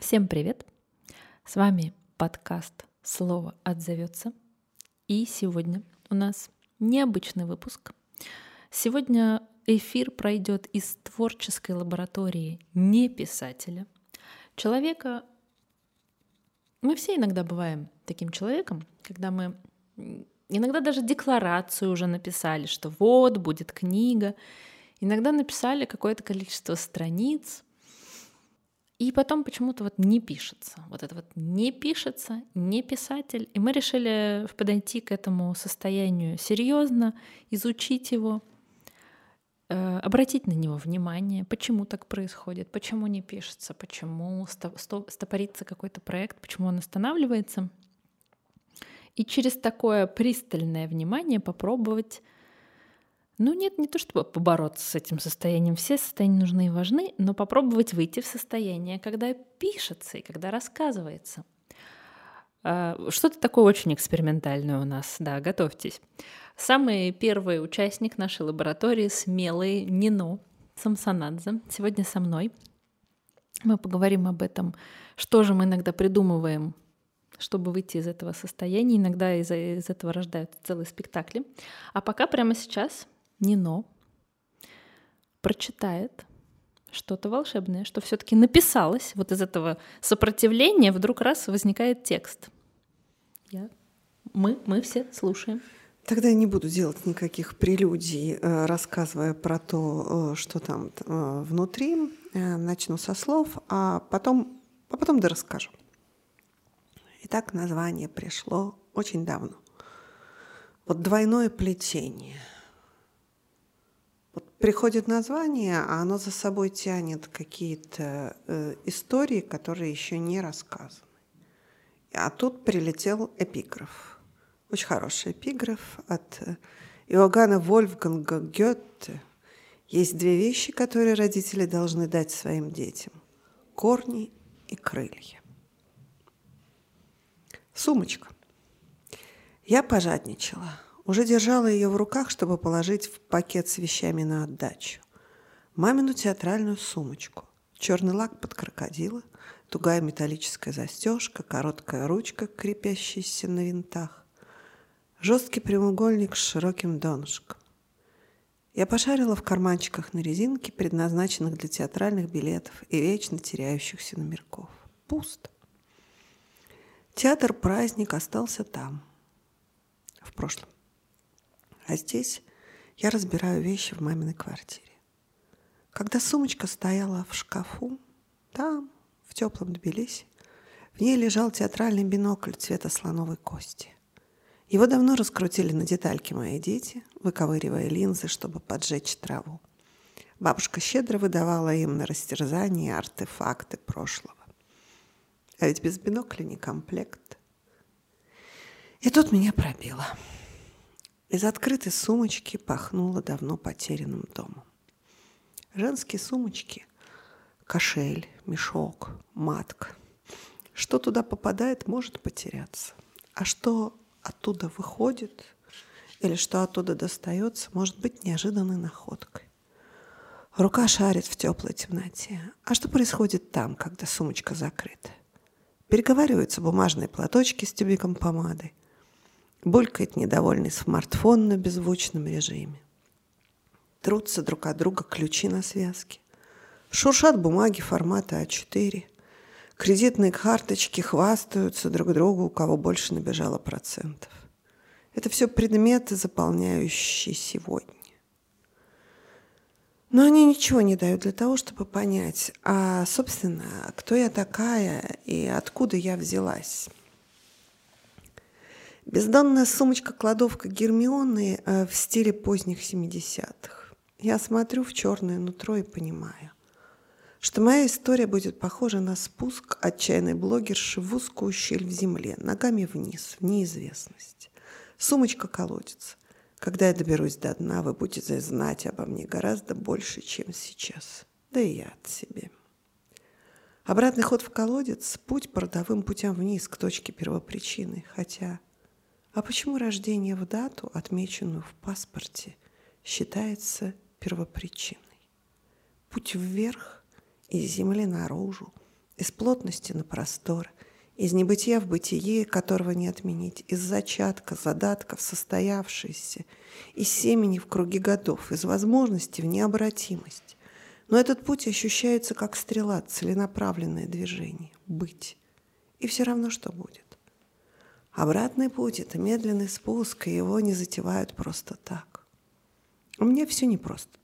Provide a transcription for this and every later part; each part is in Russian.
Всем привет! С вами подкаст «Слово отзовется». И сегодня у нас необычный выпуск. Сегодня эфир пройдет из творческой лаборатории не писателя, человека. Мы все иногда бываем таким человеком, когда мы иногда даже декларацию уже написали, что вот будет книга, иногда написали какое-то количество страниц, и потом почему-то вот не пишется. Вот это вот не пишется, не писатель. И мы решили подойти к этому состоянию серьезно, изучить его, обратить на него внимание, почему так происходит, почему не пишется, почему стопорится какой-то проект, почему он останавливается. И через такое пристальное внимание попробовать, нет, не то чтобы побороться с этим состоянием, все состояния нужны и важны, но попробовать выйти в состояние, когда пишется и когда рассказывается. Что-то такое очень экспериментальное у нас, да, готовьтесь. Самый первый участник нашей лаборатории, смелый Нино Самсонадзе, сегодня со мной. Мы поговорим об этом, что же мы иногда придумываем, чтобы выйти из этого состояния. Иногда из этого рождаются целые спектакли. А пока прямо сейчас Нино прочитает что-то волшебное, что все-таки написалось. Вот из этого сопротивления вдруг раз возникает текст. Мы все слушаем. Тогда я не буду делать никаких прелюдий, рассказывая про то, что там внутри. Начну со слов, а потом дорасскажу. Итак, название пришло очень давно. Вот двойное плетение. Вот приходит название, а оно за собой тянет какие-то истории, которые еще не рассказаны. А тут прилетел эпиграф. Очень хороший эпиграф от Иоганна Вольфганга Гёте. Есть две вещи, которые родители должны дать своим детям: корни и крылья. Сумочка. Я пожадничала. Уже держала ее в руках, чтобы положить в пакет с вещами на отдачу. Мамину театральную сумочку. Черный лак под крокодила, тугая металлическая застежка, короткая ручка, крепящаяся на винтах. Жесткий прямоугольник с широким донышком. Я пошарила в карманчиках на резинке, предназначенных для театральных билетов и вечно теряющихся номерков. Пусто. Театр-праздник остался там, в прошлом. А здесь я разбираю вещи в маминой квартире. Когда сумочка стояла в шкафу, там, в теплом Тбилиси, в ней лежал театральный бинокль цвета слоновой кости. Его давно раскрутили на детальки мои дети, выковыривая линзы, чтобы поджечь траву. Бабушка щедро выдавала им на растерзание артефакты прошлого. А ведь без бинокля не комплект. И тут меня пробило. Из открытой сумочки пахнуло давно потерянным домом. Женские сумочки – кошель, мешок, матка. Что туда попадает, может потеряться. А что оттуда выходит или что оттуда достается, может быть неожиданной находкой. Рука шарит в теплой темноте. А что происходит там, когда сумочка закрыта? Переговариваются бумажные платочки с тюбиком помады. Булькает недовольный смартфон на беззвучном режиме. Трутся друг от друга ключи на связке. Шуршат бумаги формата А4. Кредитные карточки хвастаются друг другу, у кого больше набежало процентов. Это все предметы, заполняющие сегодня. Но они ничего не дают для того, чтобы понять, а, собственно, кто я такая и откуда я взялась. Бездонная сумочка-кладовка Гермионы в стиле поздних 70-х. Я смотрю в черное нутро и понимаю, что моя история будет похожа на спуск отчаянной блогерши в узкую щель в земле, ногами вниз, в неизвестность. Сумочка-колодец. Когда я доберусь до дна, вы будете знать обо мне гораздо больше, чем сейчас. Да и я от себя. Обратный ход в колодец – путь по родовым путям вниз, к точке первопричины. Хотя, а почему рождение в дату, отмеченную в паспорте, считается первопричиной? Путь вверх из земли наружу из плотности на простор, из небытия в бытие, которого не отменить, из зачатка, задатков, состоявшейся, из семени в круги годов, из возможности в необратимость. Но этот путь ощущается как стрела, целенаправленное движение, быть. И все равно, что будет. Обратный путь — это медленный спуск, и его не затевают просто так. У меня все непросто.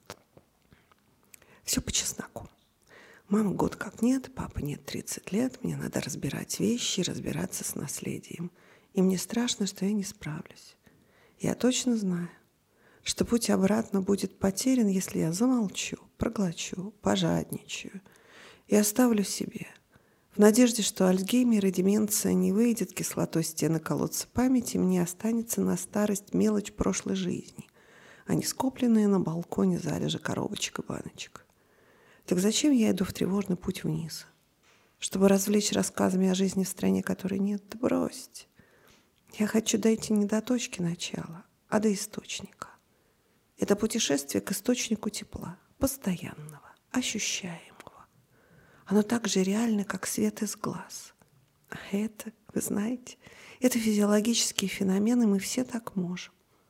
Все по чесноку. Мама год как нет, папа нет 30 лет, мне надо разбирать вещи, разбираться с наследием. И мне страшно, что я не справлюсь. Я точно знаю, что путь обратно будет потерян, если я замолчу, проглочу, пожадничаю и оставлю себе, в надежде, что Альцгеймер и деменция не выйдет кислотой стены колодца памяти, мне останется на старость мелочь прошлой жизни, а не скопленные на балконе залежи коробочек и баночек. Так зачем я иду в тревожный путь вниз? Чтобы развлечь рассказами о жизни в стране, которой нет? Да бросьте. Я хочу дойти не до точки начала, а до источника. Это путешествие к источнику тепла, постоянного, ощущаемого. Оно так же реально, как свет из глаз. А это, вы знаете, это физиологические феномены, мы все так можем.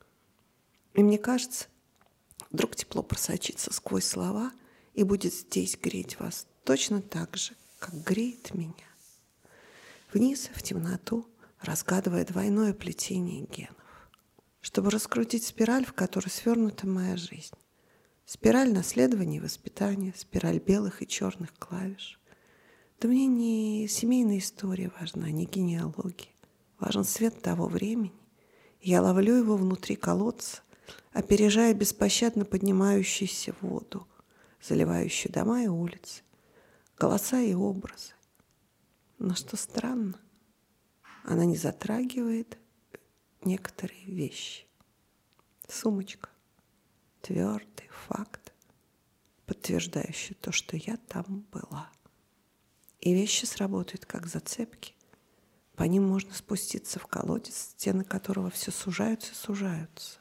И мне кажется, вдруг тепло просочится сквозь слова и будет здесь греть вас точно так же, как греет меня. Вниз, в темноту, разгадывая двойное плетение генов, чтобы раскрутить спираль, в которой свернута моя жизнь. Спираль наследования и воспитания, спираль белых и черных клавиш. Да мне не семейная история важна, не генеалогия. Важен свет того времени. Я ловлю его внутри колодца, опережая беспощадно поднимающуюся воду, заливающую дома и улицы, голоса и образы. Но что странно, она не затрагивает некоторые вещи. Сумочка. Твердый факт, подтверждающий то, что я там была. И вещи сработают как зацепки. По ним можно спуститься в колодец, стены которого все сужаются и сужаются.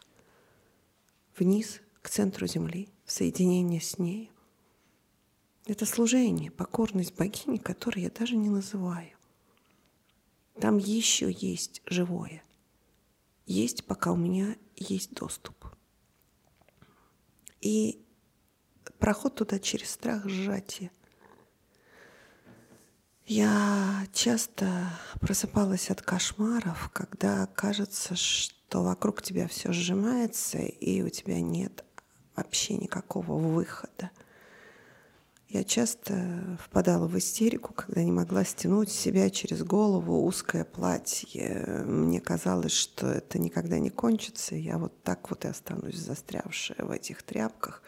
Вниз, к центру земли, в соединение с нею. Это служение, покорность богине, которую я даже не называю. Там еще есть живое. Есть, пока у меня есть доступ. И проход туда через страх сжатия. Я часто просыпалась от кошмаров, когда кажется, что вокруг тебя все сжимается, и у тебя нет вообще никакого выхода. Я часто впадала в истерику, когда не могла стянуть с себя через голову узкое платье. Мне казалось, что это никогда не кончится, и я вот так вот и останусь застрявшая в этих тряпках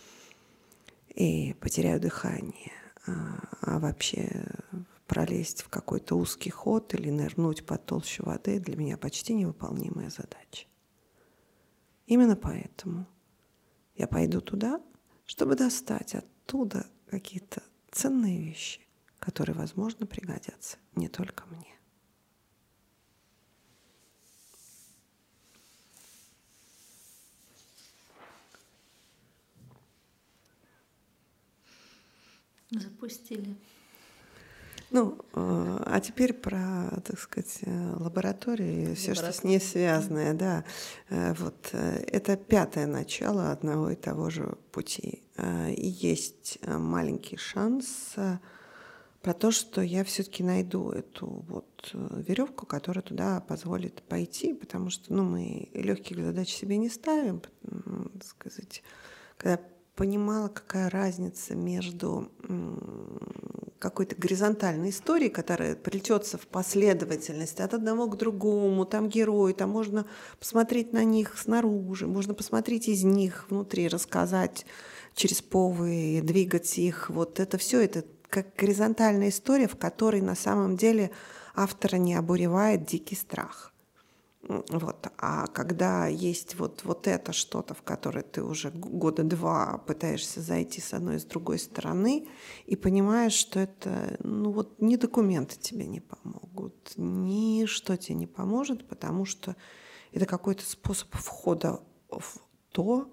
и потеряю дыхание. А вообще пролезть в какой-то узкий ход или нырнуть под толщу воды для меня почти невыполнимая задача. Именно поэтому я пойду туда, чтобы достать оттуда какие-то ценные вещи, которые, возможно, пригодятся не только мне. Запустили. А теперь про, так сказать, лабораторию и все, что с ней связанное, да. Вот это пятое начало одного и того же пути. И есть маленький шанс про то, что я все-таки найду эту вот веревку, которая туда позволит пойти, потому что, мы легких задач себе не ставим, так сказать, когда понимала, какая разница между какой-то горизонтальной историей, которая плетется в последовательности от одного к другому, там герои, там можно посмотреть на них снаружи, можно посмотреть из них внутри, рассказать через повы, двигать их. Вот это все, это как горизонтальная история, в которой на самом деле автора не обуревает дикий страх. Вот. А когда есть вот это что-то, в которое ты уже года два пытаешься зайти с одной и с другой стороны, и понимаешь, что это, ни документы тебе не помогут, ничто тебе не поможет, потому что это какой-то способ входа в то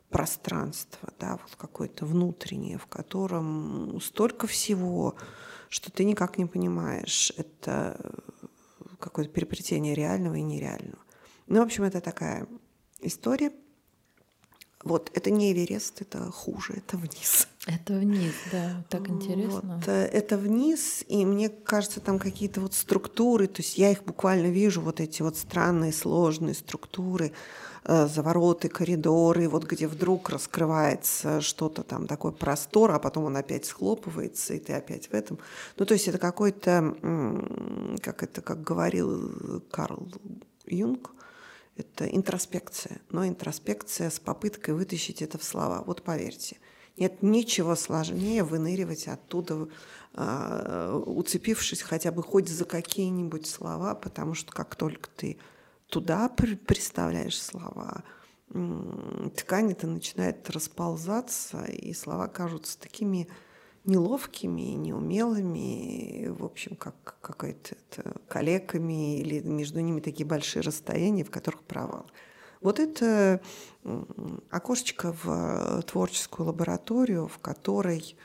пространство, да, вот какое-то внутреннее, в котором столько всего, что ты никак не понимаешь, это какое-то переплетение реального и нереального. Ну, в общем, это такая история. Вот, это не Эверест, это хуже, это вниз. Это вниз, да, так интересно. Вот, это вниз, и мне кажется, там какие-то вот структуры, то есть я их буквально вижу, вот эти вот странные, сложные структуры, завороты, коридоры, вот где вдруг раскрывается что-то там, такой простор, а потом он опять схлопывается, и ты опять в этом. Ну, то есть это какой-то, как говорил Карл Юнг, это интроспекция, но интроспекция с попыткой вытащить это в слова. Вот поверьте, нет ничего сложнее выныривать оттуда, уцепившись хотя бы хоть за какие-нибудь слова, потому что как только ты туда представляешь слова, ткань-то начинает расползаться, и слова кажутся такими неловкими, неумелыми, в общем, как какой-то калеками, или между ними такие большие расстояния, в которых провал. Вот это окошечко в творческую лабораторию, в которой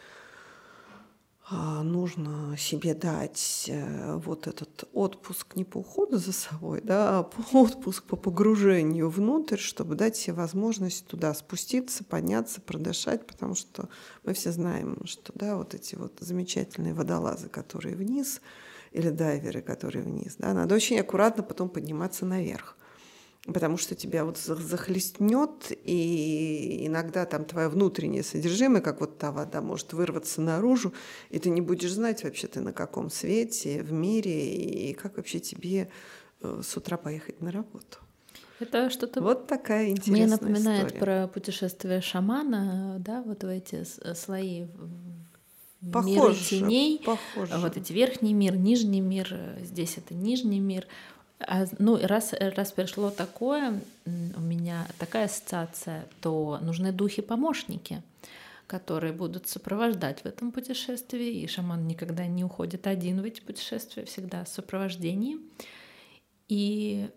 нужно себе дать вот этот отпуск не по уходу за собой, да, а отпуск по погружению внутрь, чтобы дать себе возможность туда спуститься, подняться, продышать, потому что мы все знаем, что да, вот эти вот замечательные водолазы, которые вниз, или дайверы, которые вниз, да, надо очень аккуратно потом подниматься наверх. Потому что тебя вот захлестнет, и иногда там твое внутреннее содержимое, как вот та вода, может вырваться наружу, и ты не будешь знать вообще ты на каком свете, в мире, и как вообще тебе с утра поехать на работу. Это что-то вот такая интересная мне напоминает история. Про путешествие шамана, да, вот в эти слои Похоже, миры теней, похоже. вот эти верхний мир, нижний мир, здесь это нижний мир. Ну, раз пришло такое, у меня такая ассоциация, то нужны духи-помощники, которые будут сопровождать в этом путешествии, и шаман никогда не уходит один в эти путешествия, всегда в сопровождении. И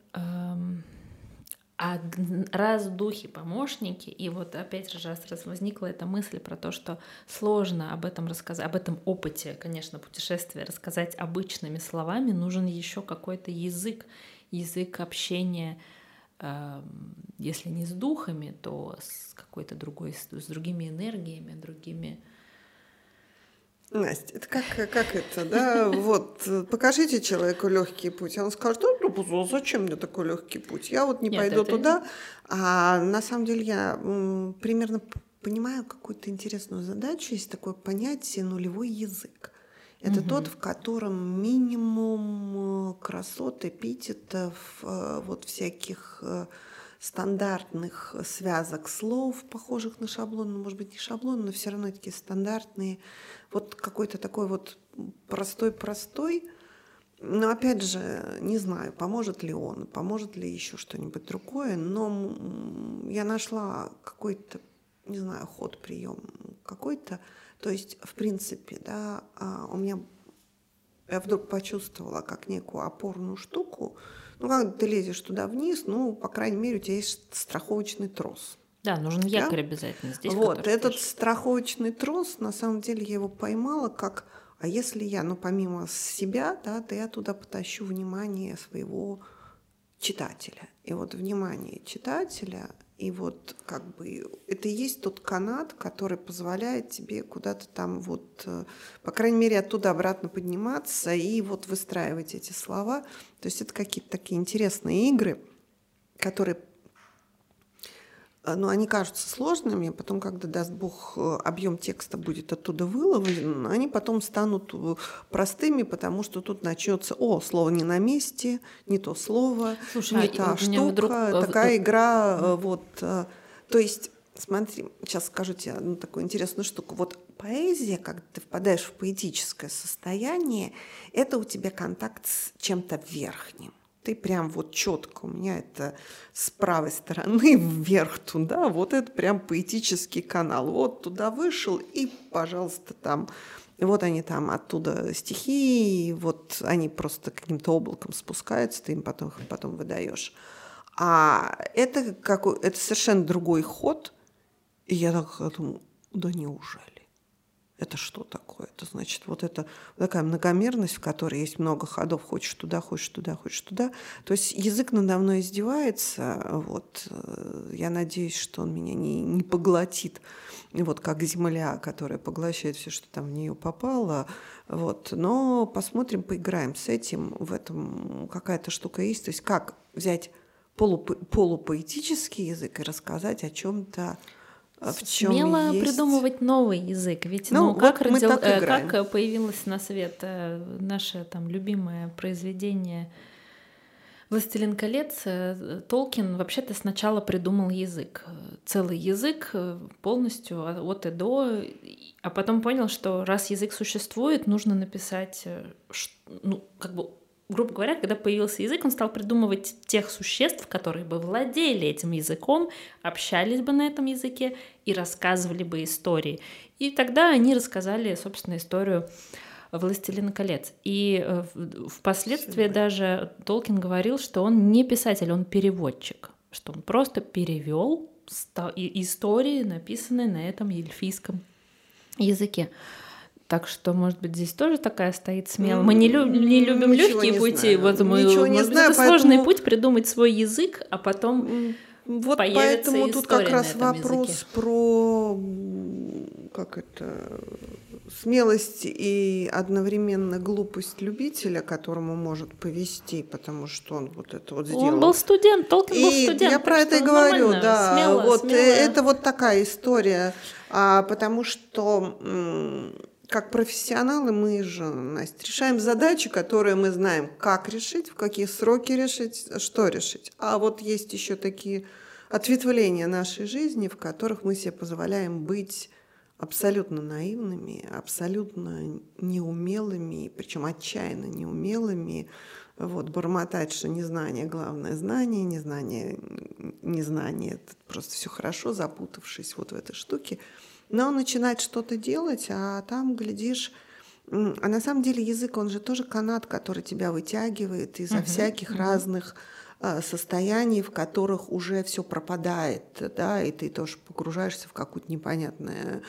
раз духи-помощники, и вот опять же раз возникла эта мысль про то, что сложно об этом рассказать, об этом опыте, конечно, путешествия рассказать обычными словами, нужен еще какой-то язык общения, если не с духами, то с какой-то другой, с другими энергиями, другими. Настя, это как это, да? Вот покажите человеку легкий путь, а он скажет: ну, зачем мне такой легкий путь? Я вот не пойду туда. А на самом деле я примерно понимаю какую-то интересную задачу. Есть такое понятие нулевой язык. Это тот, в котором минимум красот, эпитетов, вот всяких стандартных связок слов, похожих на шаблон, может быть, не шаблон, но все равно такие стандартные. Вот какой-то такой вот простой. Но опять же, не знаю, поможет ли он, поможет ли еще что-нибудь другое, но я нашла какой-то, не знаю, ход, прием какой-то. То есть, в принципе, да, я вдруг почувствовала как некую опорную штуку. Ну, когда ты лезешь туда вниз, ну, по крайней мере, у тебя есть страховочный трос. Да, нужен якорь обязательно здесь. Вот, этот страховочный трос, на самом деле, я его поймала как: а если я, помимо себя, да, то я туда потащу внимание своего читателя. И вот внимание читателя, и вот как бы это и есть тот канат, который позволяет тебе куда-то там вот, по крайней мере, оттуда обратно подниматься и вот выстраивать эти слова. То есть это какие-то такие интересные игры, которые, они кажутся сложными, а потом, когда, даст Бог, объем текста будет оттуда выловлен, они потом станут простыми, потому что тут начнется: слово не на месте, не то слово, не та штука, такая игра. Вот. То есть, смотри, сейчас скажу тебе такую интересную штуку. Вот поэзия, когда ты впадаешь в поэтическое состояние, это у тебя контакт с чем-то верхним. Ты прям вот четко, у меня это с правой стороны вверх туда, вот это прям поэтический канал. Вот туда вышел, и, пожалуйста, там, вот они там оттуда стихи, вот они просто каким-то облаком спускаются, ты им потом выдаешь. А это совершенно другой ход. И я так думаю: да неужели? Это что такое? Это значит, вот это такая многомерность, в которой есть много ходов, хочешь туда, хочешь туда, хочешь туда. То есть язык надо мной издевается. Вот. Я надеюсь, что он меня не поглотит, вот как земля, которая поглощает все, что там в нее попало. Вот. Но посмотрим, поиграем с этим. В этом какая-то штука есть. То есть как взять полупоэтический язык и рассказать о чем-то, в чем Смело есть... придумывать новый язык. Ведь Ну, как, вот мы так играем. как появилось на свет наше там любимое произведение «Властелин колец», Толкин вообще-то сначала придумал язык. Целый язык полностью от и до. А потом понял, что раз язык существует, нужно написать, ну, как бы, грубо говоря, когда появился язык, он стал придумывать тех существ, которые бы владели этим языком, общались бы на этом языке и рассказывали бы истории. И тогда они рассказали, собственно, историю «Властелина колец». И впоследствии даже Толкин говорил, что он не писатель, он переводчик, что он просто перевел истории, написанные на этом эльфийском языке. Так что, может быть, здесь тоже такая стоит смелая. Мы не любим легкие пути. Вот мы, ничего не знаю, это сложный путь придумать свой язык, а потом вот появится поэтому история тут как раз на этом вопрос языке. про смелость и одновременно глупость любителя, которому может повести, потому что он вот это вот сделал. Он был студент, Толкин был студент. Я про это и говорю, да. Смело, вот смело. Это вот такая история, потому что как профессионалы мы же, Настя, решаем задачи, которые мы знаем, как решить, в какие сроки решить, что решить. А вот есть еще такие ответвления нашей жизни, в которых мы себе позволяем быть абсолютно наивными, абсолютно неумелыми, причем отчаянно неумелыми, вот, бормотать, что незнание – главное знание, незнание – это просто все хорошо, запутавшись вот в этой штуке. Но начинать что-то делать, а там, глядишь, а на самом деле язык, он же тоже канат, который тебя вытягивает изо всяких разных состояний, в которых уже все пропадает, да, и ты тоже погружаешься в какую-то непонятную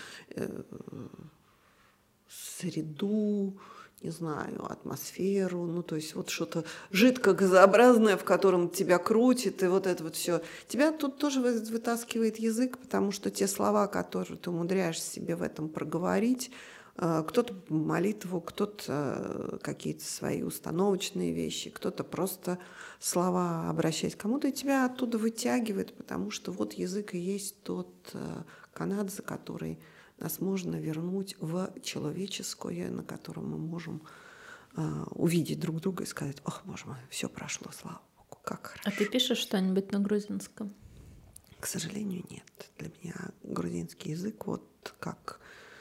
среду, не знаю, атмосферу, ну, то есть вот что-то жидко-газообразное, в котором тебя крутит, и вот это вот все. Тебя тут тоже вытаскивает язык, потому что те слова, которые ты умудряешься себе в этом проговорить, кто-то молитву, кто-то какие-то свои установочные вещи, кто-то просто слова обращаясь к кому-то, и тебя оттуда вытягивает, потому что вот язык и есть тот канат, за который нас можно вернуть в человеческое, на котором мы можем увидеть друг друга и сказать: ох, боже мой, все прошло, слава Богу, как хорошо. А ты пишешь что-нибудь на грузинском? К сожалению, нет. Для меня грузинский язык вот как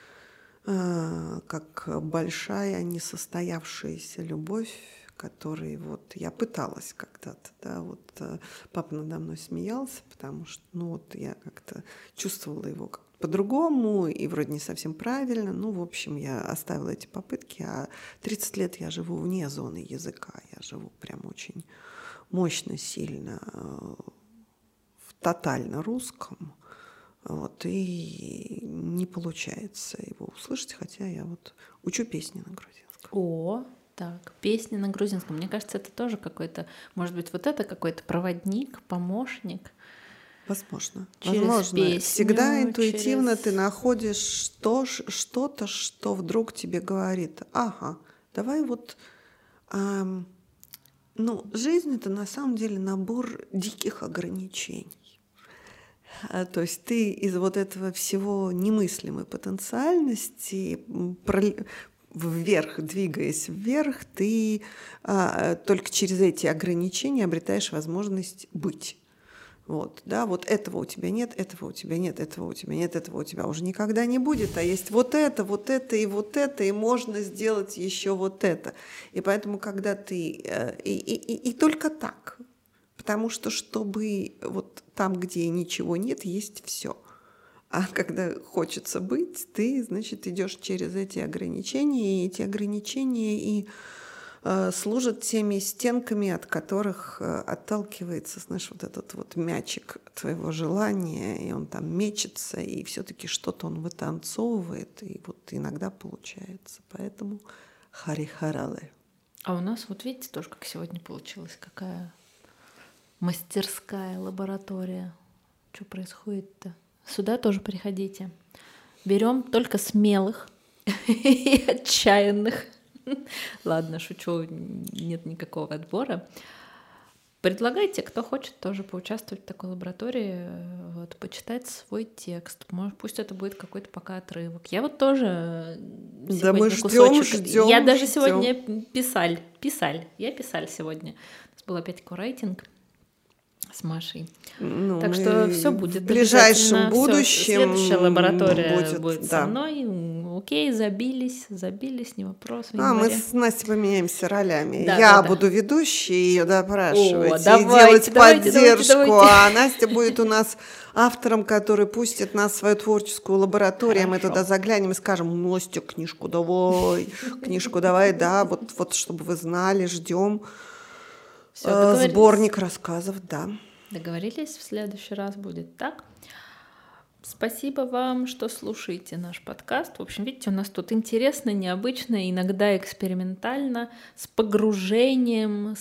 большая несостоявшаяся любовь, которой вот я пыталась когда-то, да, вот папа надо мной смеялся, потому что, ну вот я как-то чувствовала его как по-другому и вроде не совсем правильно. Ну, в общем, я оставила эти попытки, а 30 лет я живу вне зоны языка. Я живу прям очень мощно, сильно в тотально русском. Вот, и не получается его услышать, хотя я вот учу песни на грузинском. О, так, песни на грузинском. Мне кажется, это тоже какой-то, может быть, вот это какой-то проводник, помощник. Возможно. Песню, Всегда интуитивно ты находишь что-то, что вдруг тебе говорит: ага, давай вот... ну, жизнь — это на самом деле набор диких ограничений. То есть ты из вот этого всего немыслимой потенциальности, вверх, двигаясь вверх, ты только через эти ограничения обретаешь возможность быть. Вот, да, вот этого у тебя нет, этого у тебя нет, этого у тебя нет, этого у тебя уже никогда не будет, а есть вот это, и можно сделать еще вот это. И поэтому, когда ты... И только так. Потому что, чтобы вот там, где ничего нет, есть все. А когда хочется быть, ты, значит, идешь через эти ограничения, и эти ограничения и служат теми стенками, от которых отталкивается, знаешь, вот этот вот мячик твоего желания, и он там мечется, и все-таки что-то он вытанцовывает, и вот иногда получается. Поэтому хари-харалы. А у нас, вот видите, тоже как сегодня получилось, какая мастерская лаборатория. Что происходит-то? Сюда тоже приходите. Берем только смелых и отчаянных. Ладно, шучу, нет никакого отбора. Предлагайте, кто хочет тоже поучаствовать в такой лаборатории, вот, почитать свой текст. Может, пусть это будет какой-то пока отрывок. Я вот тоже да мы кусочек. ждем, я даже сегодня писаль. Я писаль сегодня. У нас был опять коррайтинг с Машей. Ну, так что все будет. В ближайшем будущем. Следующая лаборатория будет со мной. Окей, забились, не вопрос. Мы с Настей поменяемся ролями. Да, я да. буду ведущей, ее допрашивать и давайте, делать поддержку, давайте. А Настя будет у нас автором, который пустит нас в свою творческую лабораторию. Хорошо. Мы туда заглянем и скажем: Настя, книжку давай, да, вот чтобы вы знали, ждем. Сборник рассказов, да. Договорились, в следующий раз будет так. Спасибо вам, что слушаете наш подкаст. В общем, видите, у нас тут интересно, необычно, иногда экспериментально, с погружением,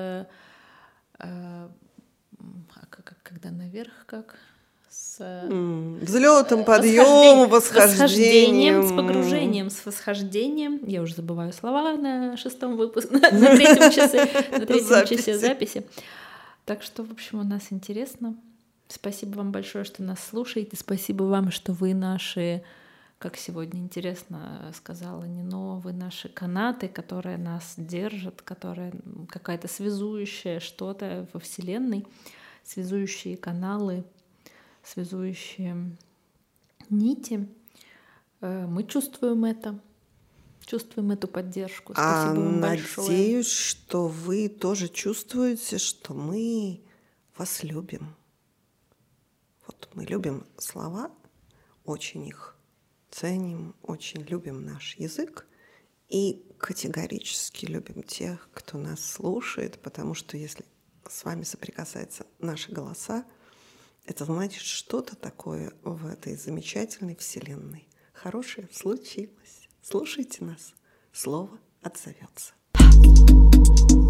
когда наверх, с взлетом, подъемом, восхождением. С погружением, с восхождением. Я уже забываю слова на 6-м выпуске, на 3-м часе записи. Так что, в общем, у нас интересно. Спасибо вам большое, что нас слушаете. Спасибо вам, что вы наши, как сегодня интересно сказала Нино, вы наши канаты, которые нас держат, которые какая-то связующая что-то во Вселенной, связующие каналы, связующие нити. Мы чувствуем это. Чувствуем эту поддержку. Спасибо вам большое. Надеюсь, что вы тоже чувствуете, что мы вас любим. Вот мы любим слова, очень их ценим, очень любим наш язык и категорически любим тех, кто нас слушает, потому что если с вами соприкасаются наши голоса, это значит, что-то такое в этой замечательной вселенной хорошее случилось. Слушайте нас, слово отзовется.